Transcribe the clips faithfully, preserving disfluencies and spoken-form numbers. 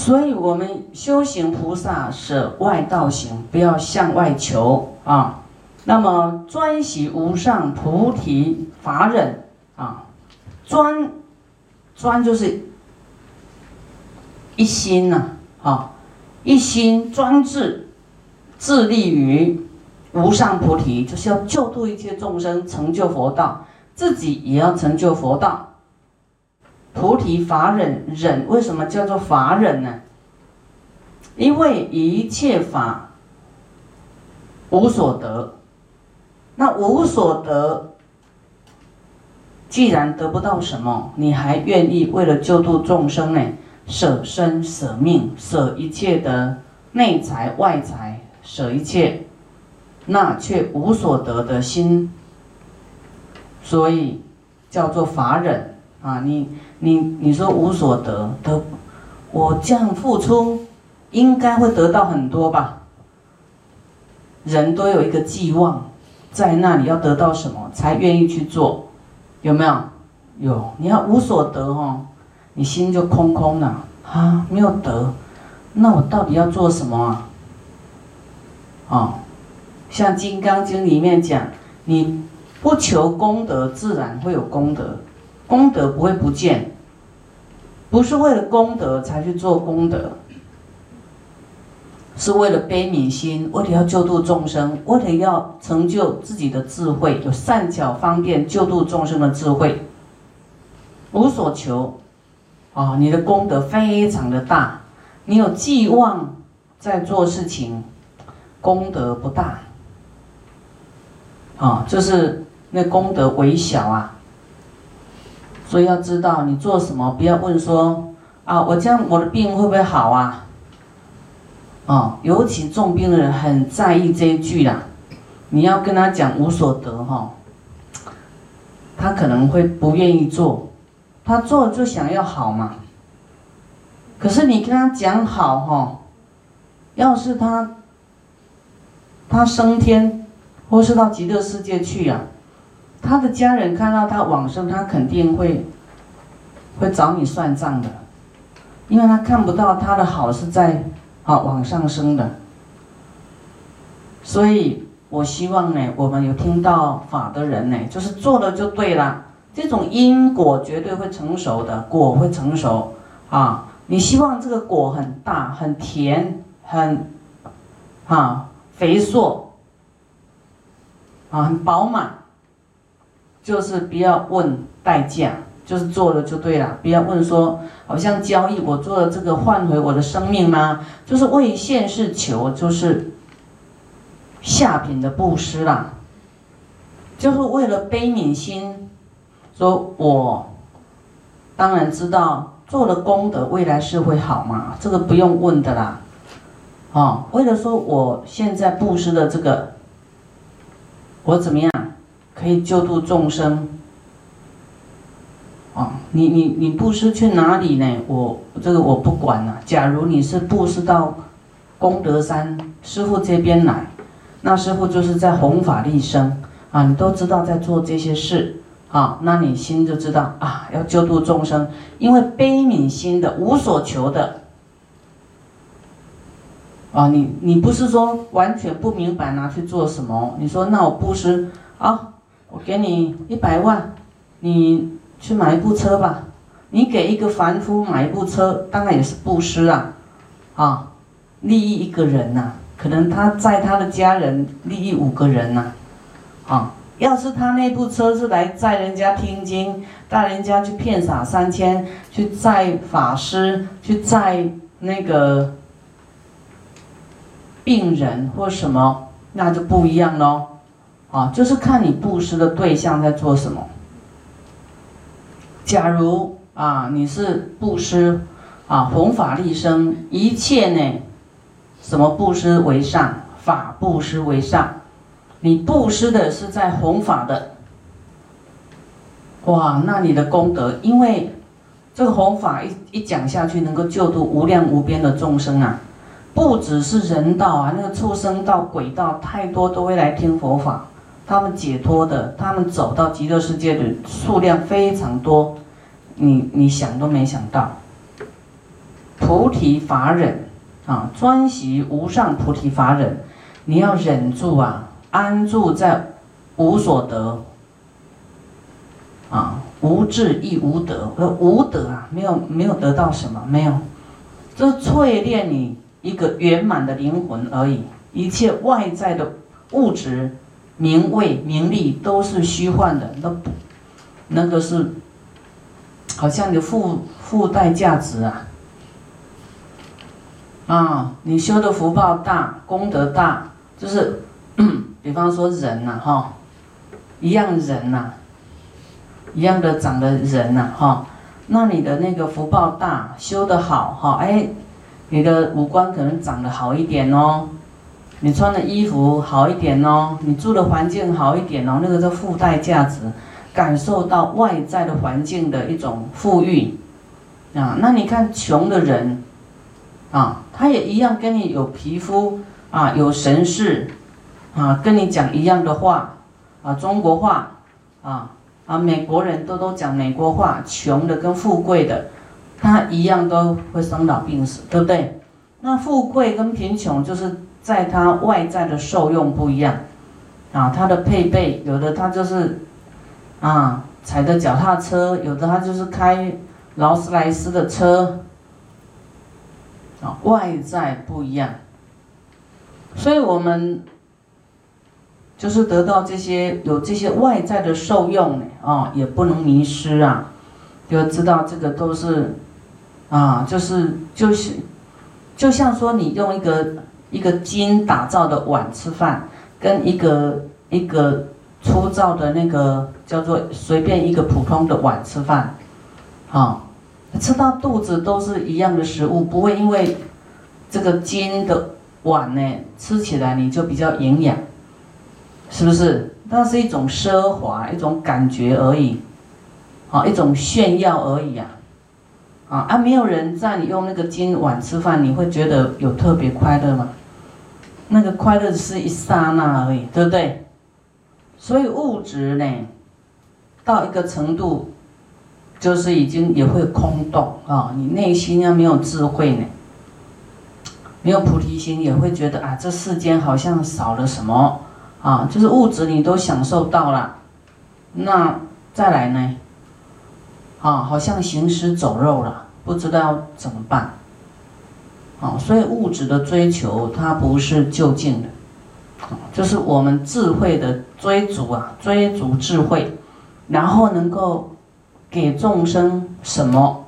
所以我们修行菩萨舍外道行，不要向外求啊。那么专习无上菩提法忍啊，专专就是一心呐、啊，啊，一心专志，致力于无上菩提，就是要救度一切众生，成就佛道，自己也要成就佛道。菩提法忍，忍为什么叫做法忍呢？因为一切法无所得，那无所得，既然得不到什么，你还愿意为了救度众生呢，舍身舍命，舍一切的内财外财，舍一切，那却无所得的心，所以叫做法忍啊！你你你说无所得，得我这样付出，应该会得到很多吧？人都有一个寄望，在那里要得到什么，才愿意去做，有没有？有。你要无所得哦，你心就空空了啊，没有得，那我到底要做什么啊？哦，像《金刚经》里面讲，你不求功德，自然会有功德，功德不会不见，不是为了功德才去做功德，是为了悲悯心，为了要救度众生，为了要成就自己的智慧，有善巧方便救度众生的智慧，无所求啊、哦！你的功德非常的大，你有寄望在做事情，功德不大啊、哦，就是那功德微小啊。所以要知道你做什么，不要问说啊，我这样我的病会不会好啊？哦，尤其重病的人很在意这一句啦。你要跟他讲无所得哈、哦，他可能会不愿意做，他做了就想要好嘛。可是你跟他讲好哈、哦，要是他他升天，或是到极乐世界去啊，他的家人看到他往生，他肯定会会找你算账的，因为他看不到他的好是在啊往上升的。所以我希望呢，我们有听到法的人呢，就是做了就对了，这种因果绝对会成熟的，果会成熟啊。你希望这个果很大、很甜、很啊肥硕啊很饱满。就是不要问代价，就是做了就对了。不要问说，好像交易，我做了这个换回我的生命吗？就是为现世求，就是下品的布施啦，就是为了悲悯心。说我当然知道做了功德，未来是会好嘛，这个不用问的啦。哦，为了说我现在布施的这个，我怎么样？可以救度众生，啊、哦，你你你布施去哪里呢？我这个我不管了。假如你是布施到功德山师父这边来，那师父就是在弘法利生啊，你都知道在做这些事啊，那你心就知道啊，要救度众生，因为悲悯心的无所求的啊，你你不是说完全不明白拿去做什么？你说那我布施啊。我给你一百万，你去买一部车吧。你给一个凡夫买一部车，当然也是布施啊，啊，利益一个人呐、啊，可能他载他的家人利益五个人呐、啊，啊，要是他那部车是来载人家听经，带人家去骗洒三千，去载法师，去载那个病人或什么，那就不一样咯。啊，就是看你布施的对象在做什么。假如啊，你是布施啊，弘法利生，一切呢，什么布施为上？法布施为上。你布施的是在弘法的，哇，那你的功德，因为这个弘法一一讲下去，能够救度无量无边的众生啊，不只是人道啊，那个畜生道、鬼道，太多都会来听佛法。他们解脱的，他们走到极乐世界的数量非常多，你你想都没想到。 菩提法忍啊，专习无上菩提法忍，你要忍住啊，安住在无所得啊，无智亦无得，呃，无得啊，没有没有得到什么，没有，这是淬炼你一个圆满的灵魂而已，一切外在的物质、名位、名利都是虚幻的，那不，那个是好像你的附附带价值啊。啊，你修的福报大，功德大，就是，比方说人呐、啊，哈，一样人呐、啊，一样的长的人呐、啊，哈，那你的那个福报大，修得好，哈，哎，你的五官可能长得好一点哦，你穿的衣服好一点哦，你住的环境好一点哦，那个叫附带价值，感受到外在的环境的一种富裕，啊，那你看穷的人。啊，他也一样跟你有皮肤啊，有神识啊，跟你讲一样的话啊，中国话啊啊，美国人都都讲美国话，穷的跟富贵的，他一样都会生老病死，对不对？那富贵跟贫穷就是在他外在的受用不一样啊，他的配备有的他就是啊踩的脚踏车，有的他就是开劳斯莱斯的车。啊，外在不一样，所以我们就是得到这些有这些外在的受用呢，啊，也不能迷失啊，要知道这个都是啊，就是就是就像说你用一个一个金打造的碗吃饭，跟一个一个粗糙的那个叫做随便一个普通的碗吃饭，啊。吃到肚子都是一样的食物，不会因为这个金的碗呢吃起来你就比较营养，是不是？那是一种奢华，一种感觉而已，啊，一种炫耀而已啊，啊啊！没有人在你用那个金碗吃饭，你会觉得有特别快乐吗？那个快乐是一刹那而已，对不对？所以物质呢，到一个程度。就是已经也会空洞啊，你内心要没有智慧呢，没有菩提心，也会觉得啊，这世间好像少了什么啊，就是物质你都享受到了，那再来呢，啊，好像行尸走肉了，不知道怎么办，啊，所以物质的追求它不是究竟的，啊，就是我们智慧的追逐啊，追逐智慧，然后能够。给众生什么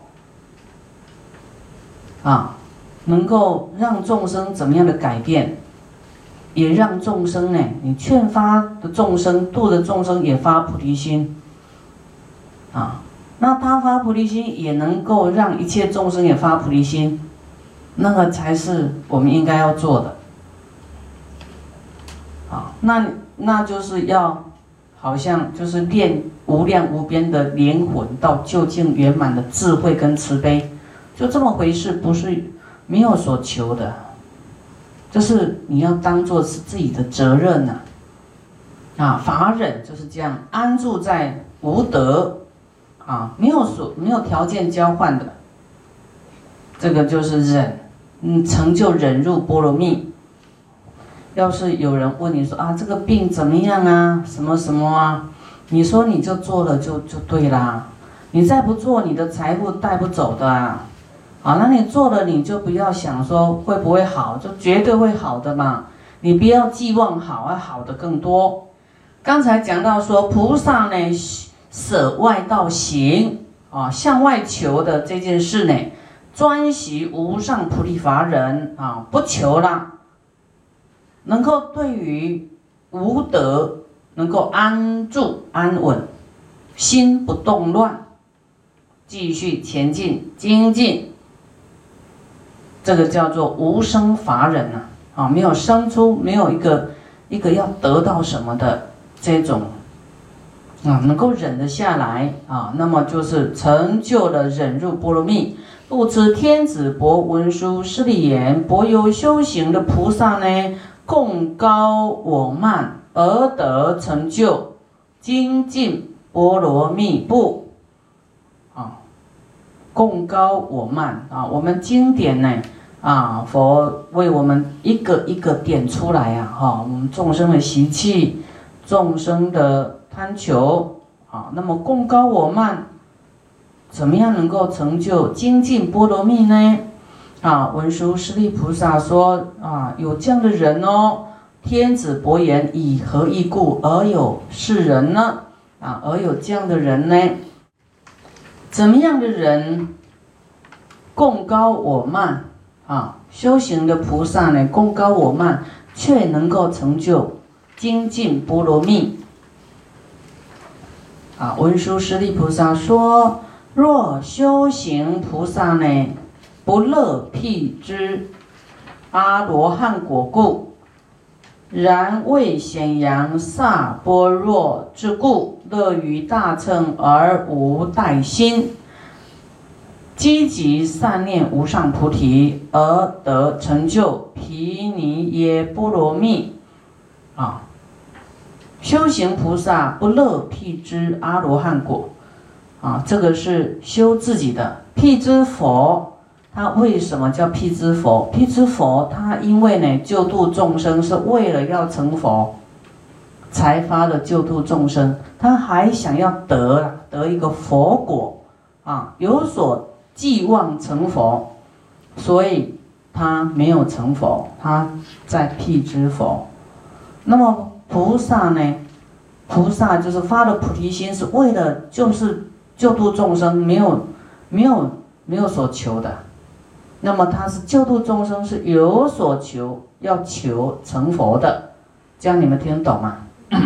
啊？能够让众生怎么样的改变，也让众生呢？你劝发的众生，度的众生也发菩提心啊。那他发菩提心，也能够让一切众生也发菩提心，那个才是我们应该要做的啊。那那就是要。好像就是练无量无边的灵魂到究竟圆满的智慧跟慈悲，就这么回事，不是没有所求的，就是你要当做是自己的责任呐、啊。啊，法忍就是这样，安住在无德啊，没有所没有条件交换的，这个就是忍，嗯，成就忍辱波罗蜜。要是有人问你说啊，这个病怎么样啊，什么什么啊，你说你就做了就就对啦，你再不做，你的财富带不走的啊，啊，那你做了你就不要想说会不会好，就绝对会好的嘛，你不要寄望好，要好的更多。刚才讲到说菩萨呢舍外道行啊，向外求的这件事呢，专习无上菩提法忍啊，不求啦。能够对于无德能够安住安稳，心不动乱，继续前进精进，这个叫做无生法忍啊，啊，没有生出没有一个一个要得到什么的这种啊，能够忍得下来啊，那么就是成就了忍辱波罗蜜。故知天子博文殊师利言，博有修行的菩萨呢，共高我慢而得成就精进波罗蜜部啊， 贡高我慢啊，我们经典呢啊，佛为我们一个一个点出来呀，哈，我们众生的习气，众生的贪求啊，那么贡高我慢，怎么样能够成就精进波罗蜜呢？啊，文殊师利菩萨说啊，有这样的人哦。天子伯言：以何异故而有是人呢？啊，而有这样的人呢？怎么样的人贡高我慢啊？修行的菩萨呢，贡高我慢，却能够成就精进波罗蜜。啊，文殊师利菩萨说：若修行菩萨呢，不乐辟支阿罗汉果故，然为显扬萨般若之故，乐于大乘而无怠心，积极善念无上菩提，而得成就毗尼耶波罗蜜。啊，修行菩萨不乐辟支阿罗汉果。啊，这个是修自己的。辟支佛，他为什么叫辟支佛？辟支佛，他因为呢救度众生是为了要成佛，才发的救度众生，他还想要得得一个佛果啊，有所寄望成佛，所以他没有成佛，他在辟支佛。那么菩萨呢？菩萨就是发了菩提心，是为了就是救度众生，没有没有没有所求的。那么他是救度众生是有所求，要求成佛的，这样你们听懂吗？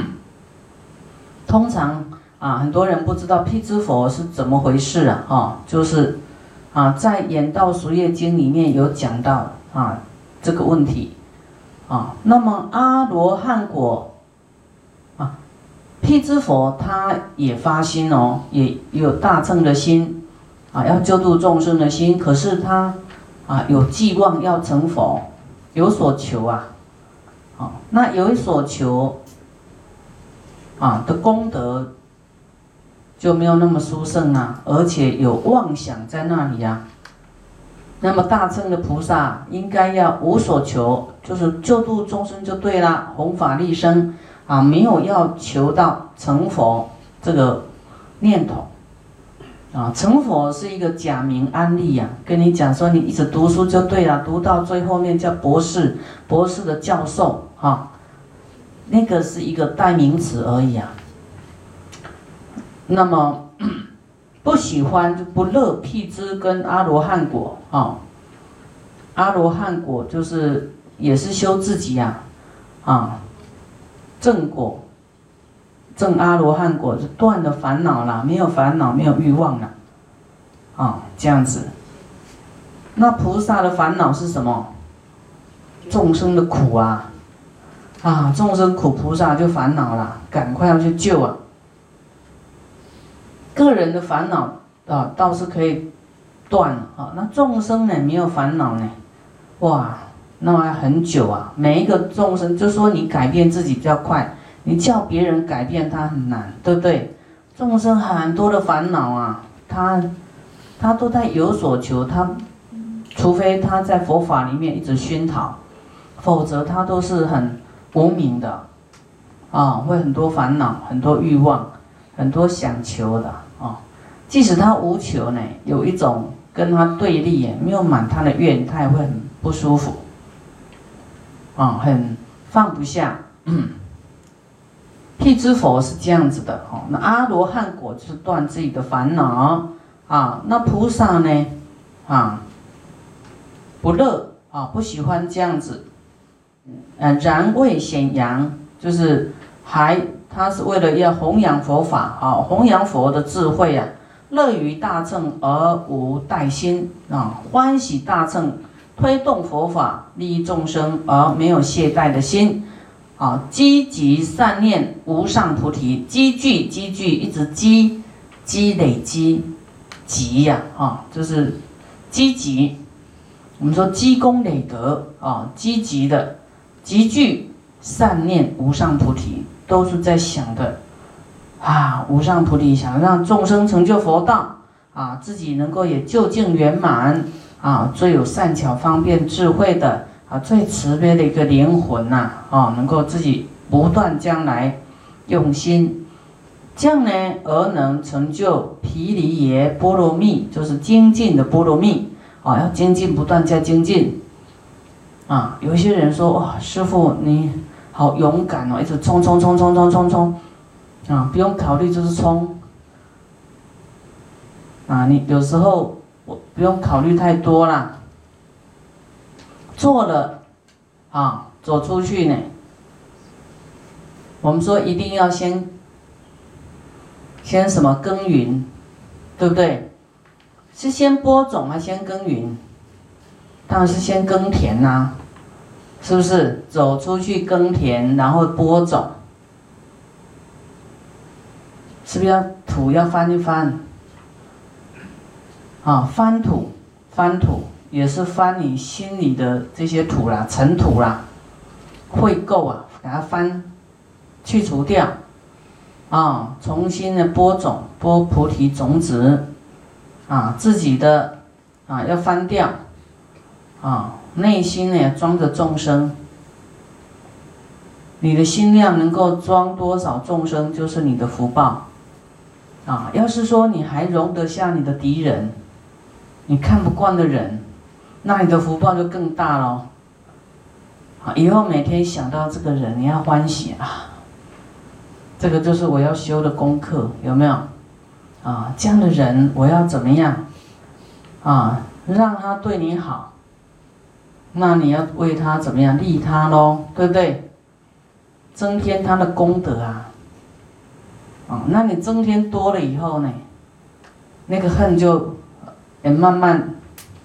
通常啊，很多人不知道辟支佛是怎么回事啊，哦，就是啊，在《演道俗业经》里面有讲到啊这个问题啊。那么阿罗汉果啊，辟支佛他也发心哦，也有大乘的心啊，要救度众生的心，可是他啊有寄望要成佛，有所求啊。好，那有所求啊的功德就没有那么殊胜啊，而且有妄想在那里啊。那么大乘的菩萨应该要无所求，就是救度众生就对了，弘法利生啊，没有要求到成佛这个念头啊。成佛是一个假名安利啊，跟你讲说你一直读书就对了，读到最后面叫博士，博士的教授啊，那个是一个代名词而已啊。那么不喜欢就不乐辟支跟阿罗汉果啊，阿罗汉果就是也是修自己呀，啊，啊，正果，正阿罗汉果就断了烦恼了，没有烦恼，没有欲望了，啊，这样子。那菩萨的烦恼是什么？众生的苦啊，啊，众生苦，菩萨就烦恼了，赶快要去救啊。个人的烦恼啊，倒是可以断啊。那众生呢，没有烦恼呢，哇，那还很久啊。每一个众生，就说你改变自己比较快，你叫别人改变他很难，对不对？众生很多的烦恼啊，他他都在有所求，他除非他在佛法里面一直熏陶，否则他都是很无明的啊，会很多烦恼，很多欲望，很多想求的。哦，即使他无求呢，有一种跟他对立，没有满他的愿，他也会很不舒服，啊、哦，很放不下。嗯，辟支佛是这样子的，哦，那阿罗汉果就是断自己的烦恼啊。那菩萨呢，啊，不乐啊，不喜欢这样子，呃，然为显扬，就是还。他是为了要弘扬佛法啊，弘扬佛的智慧啊，乐于大乘而无怠心啊，欢喜大乘，推动佛法利益众生而没有懈怠的心啊，积极善念无上菩提，积聚积聚一直积积累积集呀 啊, 啊，就是积极，我们说积功累德啊，积极的积聚善念无上菩提。都是在想的啊，无上菩提想让众生成就佛道啊，自己能够也究竟圆满啊，最有善巧方便智慧的啊，最慈悲的一个灵魂呐啊，能够自己不断将来用心，这样呢而能成就毗梨耶波罗蜜，就是精进的波罗蜜啊，要精进，不断加精进啊。有些人说哇，师父你好勇敢哦，一直冲冲冲冲冲冲冲啊，不用考虑就是冲。啊，你有时候我不用考虑太多啦，做了啊，走出去呢。我们说一定要先先什么耕耘，对不对？是先播种还是先耕耘？当然是先耕田呐、啊，是不是？走出去耕田，然后播种，是不是要土要翻一翻？啊，翻土，翻土也是翻你心里的这些土啦、尘土啦、秽垢啊，给它翻，去除掉，啊，重新的播种，播菩提种子，啊，自己的啊要翻掉，啊，内心呢装着众生，你的心量能够装多少众生，就是你的福报，啊，要是说你还容得下你的敌人。你看不惯的人，那你的福报就更大咯。啊，以后每天想到这个人，你要欢喜啊。这个就是我要修的功课，有没有？啊，这样的人我要怎么样？啊，让他对你好，那你要为他怎么样利他咯，对不对？增添他的功德啊。啊，那你增添多了以后呢，那个恨就。也慢慢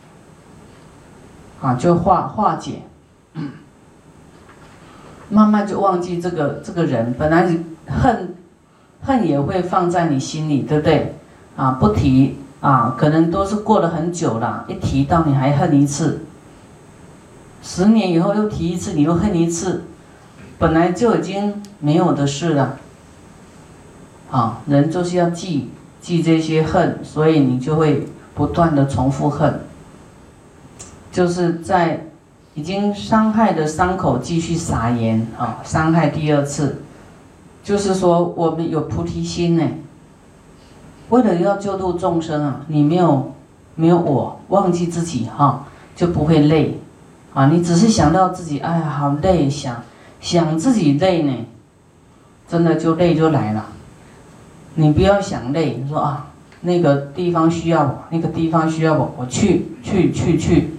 啊，就化化解，嗯，慢慢就忘记这个这个人。本来恨恨也会放在你心里，对不对？啊，不提啊，可能都是过了很久了，一提到你还恨一次，十年以后又提一次，你又恨一次，本来就已经没有的事了。啊，人就是要记记这些恨，所以你就会。不断的重复恨，就是在已经伤害的伤口继续撒盐啊，伤害第二次，就是说我们有菩提心呢，为了要救度众生啊，你没有没有我，忘记自己哈、啊，就不会累啊。你只是想到自己，哎呀好累，想想自己累呢，真的就累就来了。你不要想累，你说啊。那个地方需要我，那个地方需要我，我去去去去。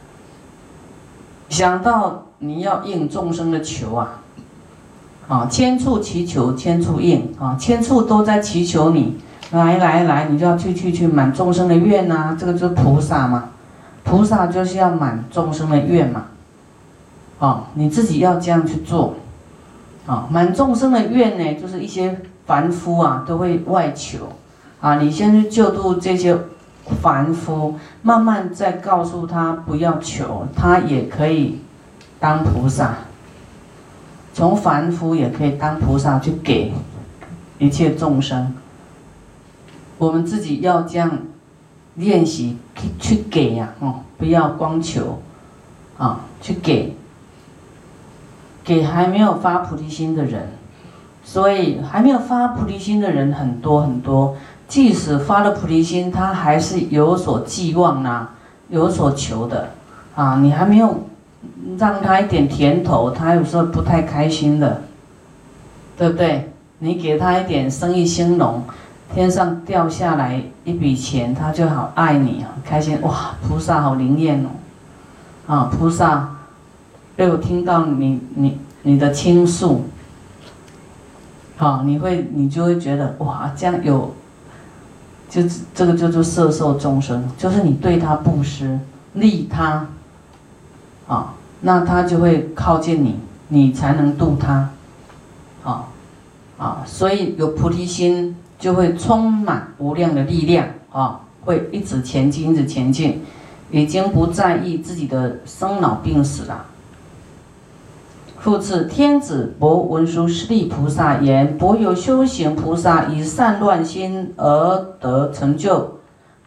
想到你要应众生的求啊，啊，千处祈求，千处应啊，千处都在祈求你，来来来，你就要去去去满众生的愿呐、啊，这个就是菩萨嘛，菩萨就是要满众生的愿嘛，啊，你自己要这样去做，啊，满众生的愿呢，就是一些凡夫啊都会外求。啊，你先去救度这些凡夫，慢慢再告诉他不要求，他也可以当菩萨。从凡夫也可以当菩萨去给一切众生。我们自己要这样练习去给呀、啊，哦，不要光求，啊，去给，给还没有发菩提心的人，所以还没有发菩提心的人很多很多。即使发了菩提心，他还是有所寄望啊，有所求的，啊，你还没有让他一点甜头，他有时候不太开心的，对不对？你给他一点生意兴隆，天上掉下来一笔钱，他就好爱你，很开心。哇，菩萨好灵验哦，啊，菩萨被我听到你你你的倾诉，好，你会你就会觉得哇，这样有。就这个叫做摄受众生，就是你对他布施利他，啊，那他就会靠近你，你才能度他，啊啊，所以有菩提心就会充满无量的力量啊，会一直前进，一直前进，已经不在意自己的生老病死了。复次，天子博文殊师利菩萨言：博有修行菩萨以善乱心而得成就，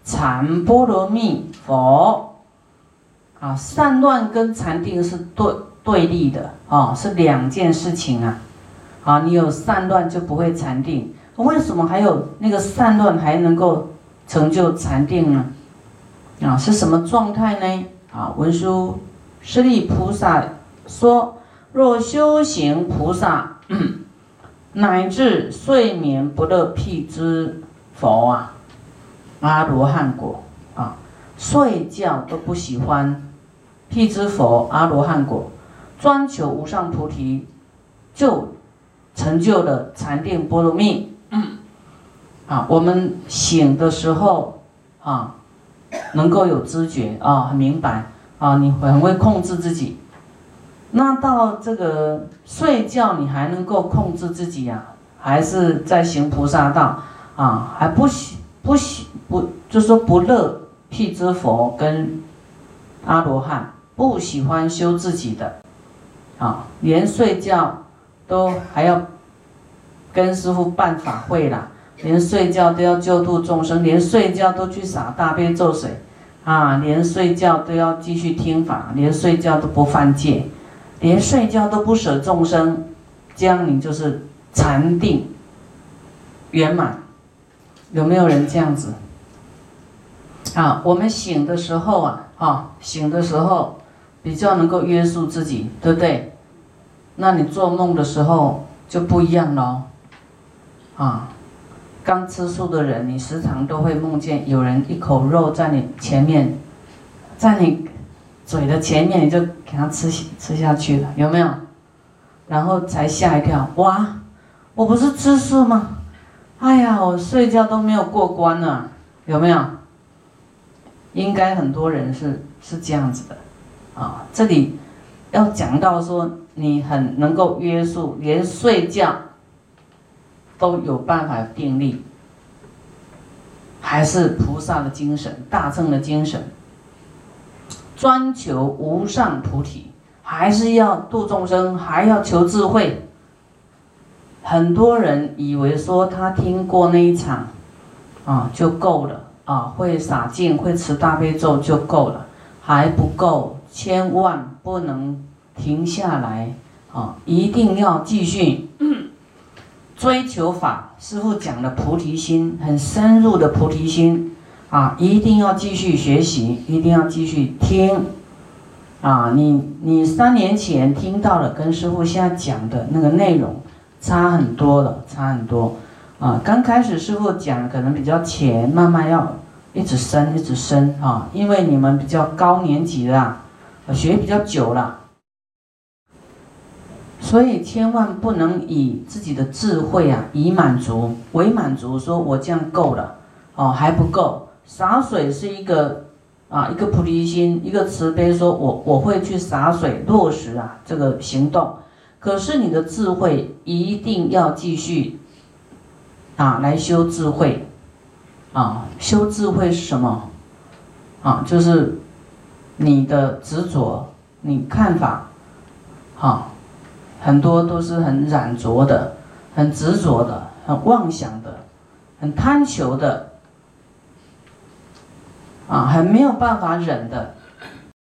禅波罗蜜佛啊，散乱跟禅定是对对立的啊，是两件事情啊。啊，你有散乱就不会禅定，为什么还有那个散乱还能够成就禅定呢？啊，是什么状态呢？啊，文殊师利菩萨说：若修行菩萨，嗯、乃至睡眠不乐辟支佛啊，阿罗汉果啊，睡觉都不喜欢辟支佛阿罗汉果，专求无上菩提，就成就了禅定波罗蜜。嗯，啊，我们醒的时候啊，能够有知觉啊，很明白啊，你很会控制自己。那到这个睡觉，你还能够控制自己啊？还是在行菩萨道啊？还不喜不喜不，就说不乐辟支佛跟阿罗汉，不喜欢修自己的啊，连睡觉都还要跟师父办法会啦，连睡觉都要救度众生，连睡觉都去洒大悲咒水啊，连睡觉都要继续听法，连睡觉都不犯戒。连睡觉都不舍众生，这样你就是禅定圆满。有没有人这样子？啊，我们醒的时候啊，啊，醒的时候比较能够约束自己，对不对？那你做梦的时候就不一样了。啊，刚吃素的人，你时常都会梦见有人一口肉在你前面，在你嘴的前面，你就给他吃吃下去了，有没有？然后才吓一跳，哇，我不是吃素吗？哎呀，我睡觉都没有过关呢，有没有？应该很多人是是这样子的，啊，这里要讲到说你很能够约束，连睡觉都有办法定力，还是菩萨的精神，大乘的精神。专求无上菩提，还是要度众生，还要求智慧。很多人以为说他听过那一场啊就够了啊，会洒净，会持大悲咒就够了，还不够，千万不能停下来啊，一定要继续追求法。师父讲的菩提心，很深入的菩提心。啊，一定要继续学习，一定要继续听。啊，你你三年前听到了，跟师父现在讲的那个内容差很多了，差很多。啊，刚开始师父讲可能比较浅，慢慢要一直深，一直深啊，因为你们比较高年级啦，学比较久了，所以千万不能以自己的智慧啊，以满足为满足，说我这样够了，哦，还不够。洒水是一个啊，一个菩提心，一个慈悲，说我我会去洒水落实啊这个行动。可是你的智慧一定要继续啊来修智慧啊，修智慧是什么啊？就是你的执着，你看法啊，很多都是很染着的，很执着的，很妄想的，很贪求的。啊，很没有办法忍的，